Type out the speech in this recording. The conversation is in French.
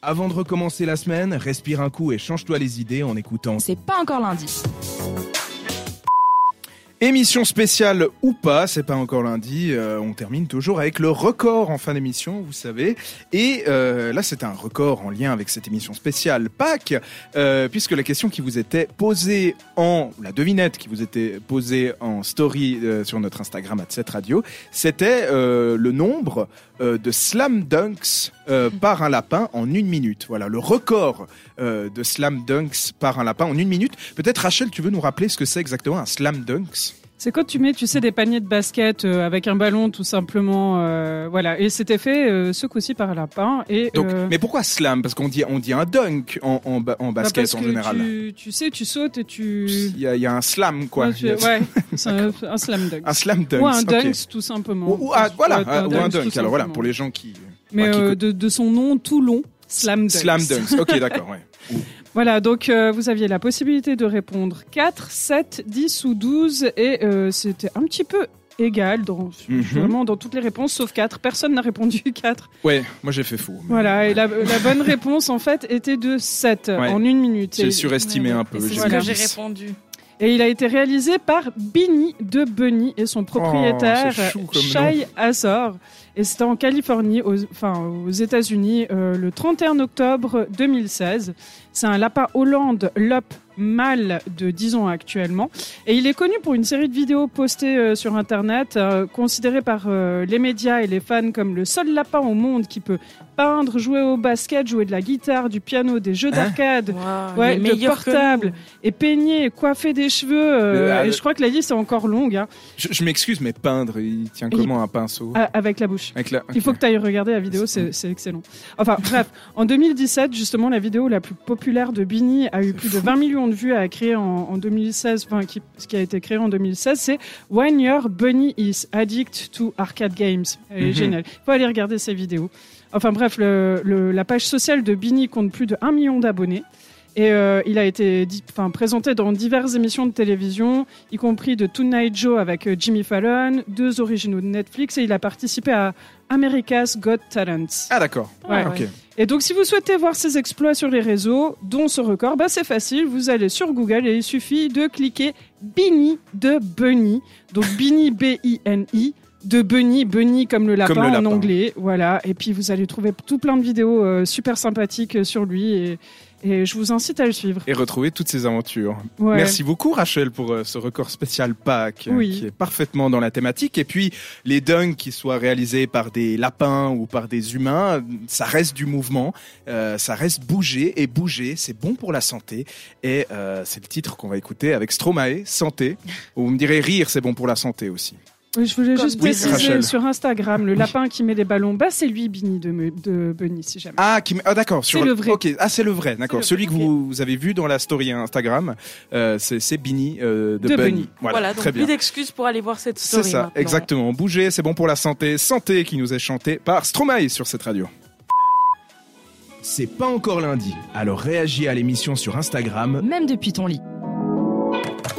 Avant de recommencer la semaine, respire un coup et change-toi les idées en écoutant. C'est pas encore lundi. Émission spéciale ou pas, c'est pas encore lundi, on termine toujours avec le record en fin d'émission, vous savez. Et là, c'est un record en lien avec cette émission spéciale Pâques, puisque la question qui vous était posée la devinette qui vous était posée en story sur notre Instagram @7radio, c'était le nombre de slam dunks par un lapin en 1 minute. Voilà, le record de slam dunks par un lapin en 1 minute. Peut-être Rachel, tu veux nous rappeler ce que c'est exactement un slam dunks ? C'est quand tu mets, des paniers de basket avec un ballon, tout simplement, voilà. Et c'était fait ce coup-ci par un lapin. Et donc, mais pourquoi slam ? Parce qu'on dit un dunk en basket en général. Tu sautes et tu. Il y a un slam, quoi. Ouais, c'est un slam dunk. Un slam dunk. Ou un dunk, tout simplement. Ou un dunk. Alors voilà, pour les gens qui. Mais de son nom tout long, slam dunk. Slam dunk. Ok, d'accord. Ouais. Voilà, donc vous aviez la possibilité de répondre 4, 7, 10 ou 12 et c'était un petit peu égal vraiment dans toutes les réponses sauf 4. Personne n'a répondu 4. Ouais, moi j'ai fait faux. Voilà, et la bonne réponse en fait était de 7 en 1 minute. J'ai surestimé un peu. C'est ce que j'ai répondu. Et il a été réalisé par Beanie de Bunny et son propriétaire Shai Azor. Et c'était en Californie, aux États-Unis, le 31 octobre 2016. C'est un lapin Hollande Lop mâle de 10 ans actuellement. Et il est connu pour une série de vidéos postées sur Internet, considéré par les médias et les fans comme le seul lapin au monde qui peut peindre, jouer au basket, jouer de la guitare, du piano, des jeux d'arcade, de portable, et peigner, coiffer des cheveux. Et je crois que la liste est encore longue. Hein. Je m'excuse, mais peindre, il tient comment un pinceau ? Avec la bouche. Okay. Il faut que tu ailles regarder la vidéo, c'est excellent. Enfin bref, en 2017, justement, la vidéo la plus populaire de Beanie a eu plus de 20 millions de vues, a créé en 2016, ce qui a été créé en 2016, c'est When Your Bunny is Addict to Arcade Games. Elle est géniale. Il faut aller regarder ces vidéos. Enfin bref, la page sociale de Beanie compte plus de 1 million d'abonnés. Et il a été présenté dans diverses émissions de télévision, y compris de Tonight Show avec Jimmy Fallon, 2 originaux de Netflix, et il a participé à America's Got Talent. Ah d'accord. Ouais. Ok. Et donc si vous souhaitez voir ses exploits sur les réseaux, dont ce record, c'est facile, vous allez sur Google et il suffit de cliquer Beanie de Bunny, donc Beanie B-I-N-I, de Bunny comme le lapin en anglais, voilà. Et puis vous allez trouver tout plein de vidéos super sympathiques sur lui et je vous incite à le suivre. Et retrouver toutes ces aventures. Ouais. Merci beaucoup Rachel pour ce record spécial Pâques qui est parfaitement dans la thématique. Et puis les dunks qui soient réalisés par des lapins ou par des humains, ça reste du mouvement, ça reste bouger. Et bouger, c'est bon pour la santé. Et c'est le titre qu'on va écouter avec Stromae, Santé. Ou vous me direz rire, c'est bon pour la santé aussi. Oui, je voulais juste préciser Rachel. sur Instagram, le lapin qui met des ballons, c'est lui, Beanie de Bunny, si jamais. Ah, d'accord. C'est le vrai. Ok, c'est le vrai, d'accord. Celui que vous avez vu dans la story Instagram, c'est Beanie de Bunny. Voilà, donc plus d'excuses pour aller voir cette story. C'est ça, maintenant. exactement. Bouger, c'est bon pour la santé. Santé qui nous est chantée par Stromae sur cette radio. C'est pas encore lundi, alors réagis à l'émission sur Instagram, même depuis ton lit.